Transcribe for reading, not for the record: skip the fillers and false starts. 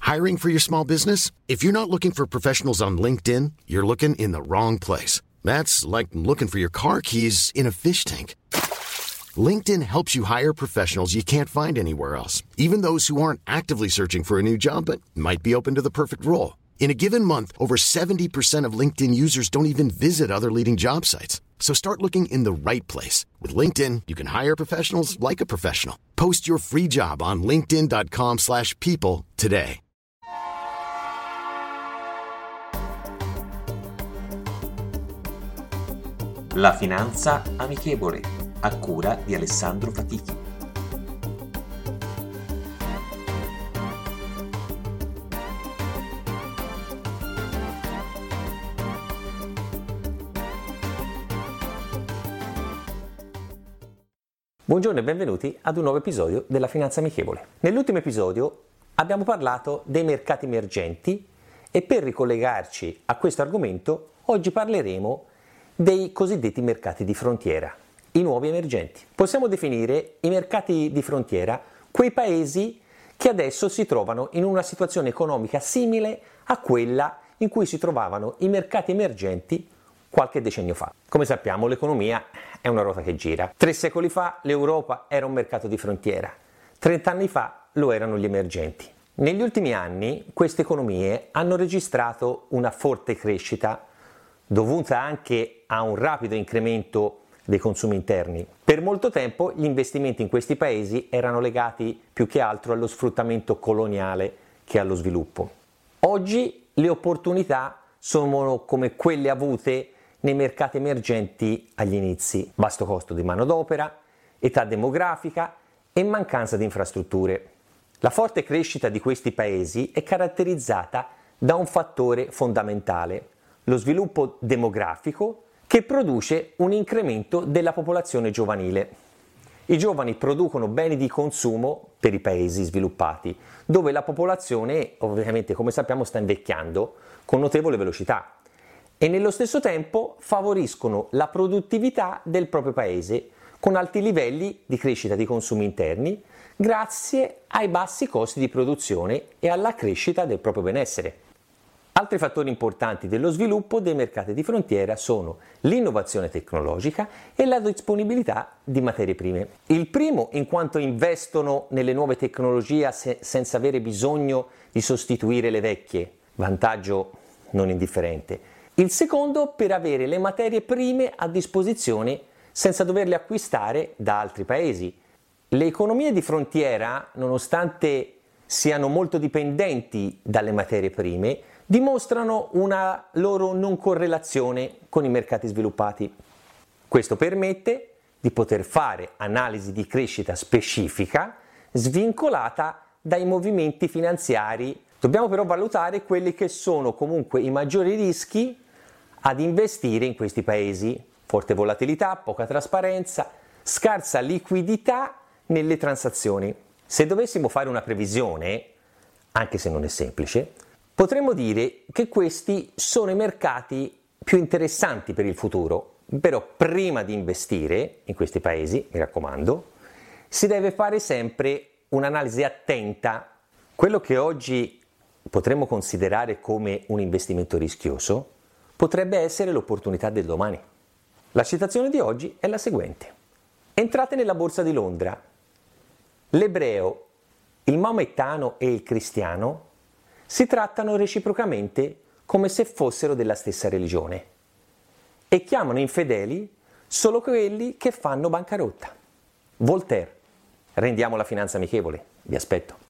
Hiring for your small business? If you're not looking for professionals on LinkedIn, you're looking in the wrong place. That's like looking for your car keys in a fish tank. LinkedIn helps you hire professionals you can't find anywhere else, even those who aren't actively searching for a new job but might be open to the perfect role. In a given month, over 70% of LinkedIn users don't even visit other leading job sites. So start looking in the right place. With LinkedIn, you can hire professionals like a professional. Post your free job on linkedin.com/people today. La finanza amichevole, a cura di Alessandro Fatichi. Buongiorno e benvenuti ad un nuovo episodio della Finanza Amichevole. Nell'ultimo episodio abbiamo parlato dei mercati emergenti e per ricollegarci a questo argomento oggi parleremo dei cosiddetti mercati di frontiera, i nuovi emergenti. Possiamo definire i mercati di frontiera quei paesi che adesso si trovano in una situazione economica simile a quella in cui si trovavano i mercati emergenti qualche decennio fa. Come sappiamo, l'economia è una ruota che gira. 3 secoli fa l'Europa era un mercato di frontiera, 30 anni fa lo erano gli emergenti. Negli ultimi anni queste economie hanno registrato una forte crescita dovuta anche a un rapido incremento dei consumi interni. Per molto tempo gli investimenti in questi paesi erano legati più che altro allo sfruttamento coloniale che allo sviluppo. Oggi le opportunità sono come quelle avute nei mercati emergenti agli inizi: basso costo di manodopera, età demografica e mancanza di infrastrutture. La forte crescita di questi paesi è caratterizzata da un fattore fondamentale: lo sviluppo demografico, che produce un incremento della popolazione giovanile. I giovani producono beni di consumo per i paesi sviluppati, dove la popolazione, ovviamente come sappiamo, sta invecchiando con notevole velocità e nello stesso tempo favoriscono la produttività del proprio paese con alti livelli di crescita di consumi interni grazie ai bassi costi di produzione e alla crescita del proprio benessere. Altri fattori importanti dello sviluppo dei mercati di frontiera sono l'innovazione tecnologica e la disponibilità di materie prime. Il primo in quanto investono nelle nuove tecnologie senza avere bisogno di sostituire le vecchie, vantaggio non indifferente. Il secondo per avere le materie prime a disposizione senza doverle acquistare da altri paesi. Le economie di frontiera, nonostante siano molto dipendenti dalle materie prime, dimostrano una loro non correlazione con i mercati sviluppati. Questo permette di poter fare analisi di crescita specifica svincolata dai movimenti finanziari. Dobbiamo però valutare quelli che sono comunque i maggiori rischi ad investire in questi paesi: forte volatilità, poca trasparenza, scarsa liquidità nelle transazioni. Se dovessimo fare una previsione, anche se non è semplice, potremmo dire che questi sono i mercati più interessanti per il futuro, però prima di investire in questi paesi, mi raccomando, si deve fare sempre un'analisi attenta. Quello che oggi potremmo considerare come un investimento rischioso potrebbe essere l'opportunità del domani. La citazione di oggi è la seguente: entrate nella borsa di Londra. L'ebreo, il maomettano e il cristiano si trattano reciprocamente come se fossero della stessa religione e chiamano infedeli solo quelli che fanno bancarotta. Voltaire. Rendiamo la finanza amichevole. Vi aspetto.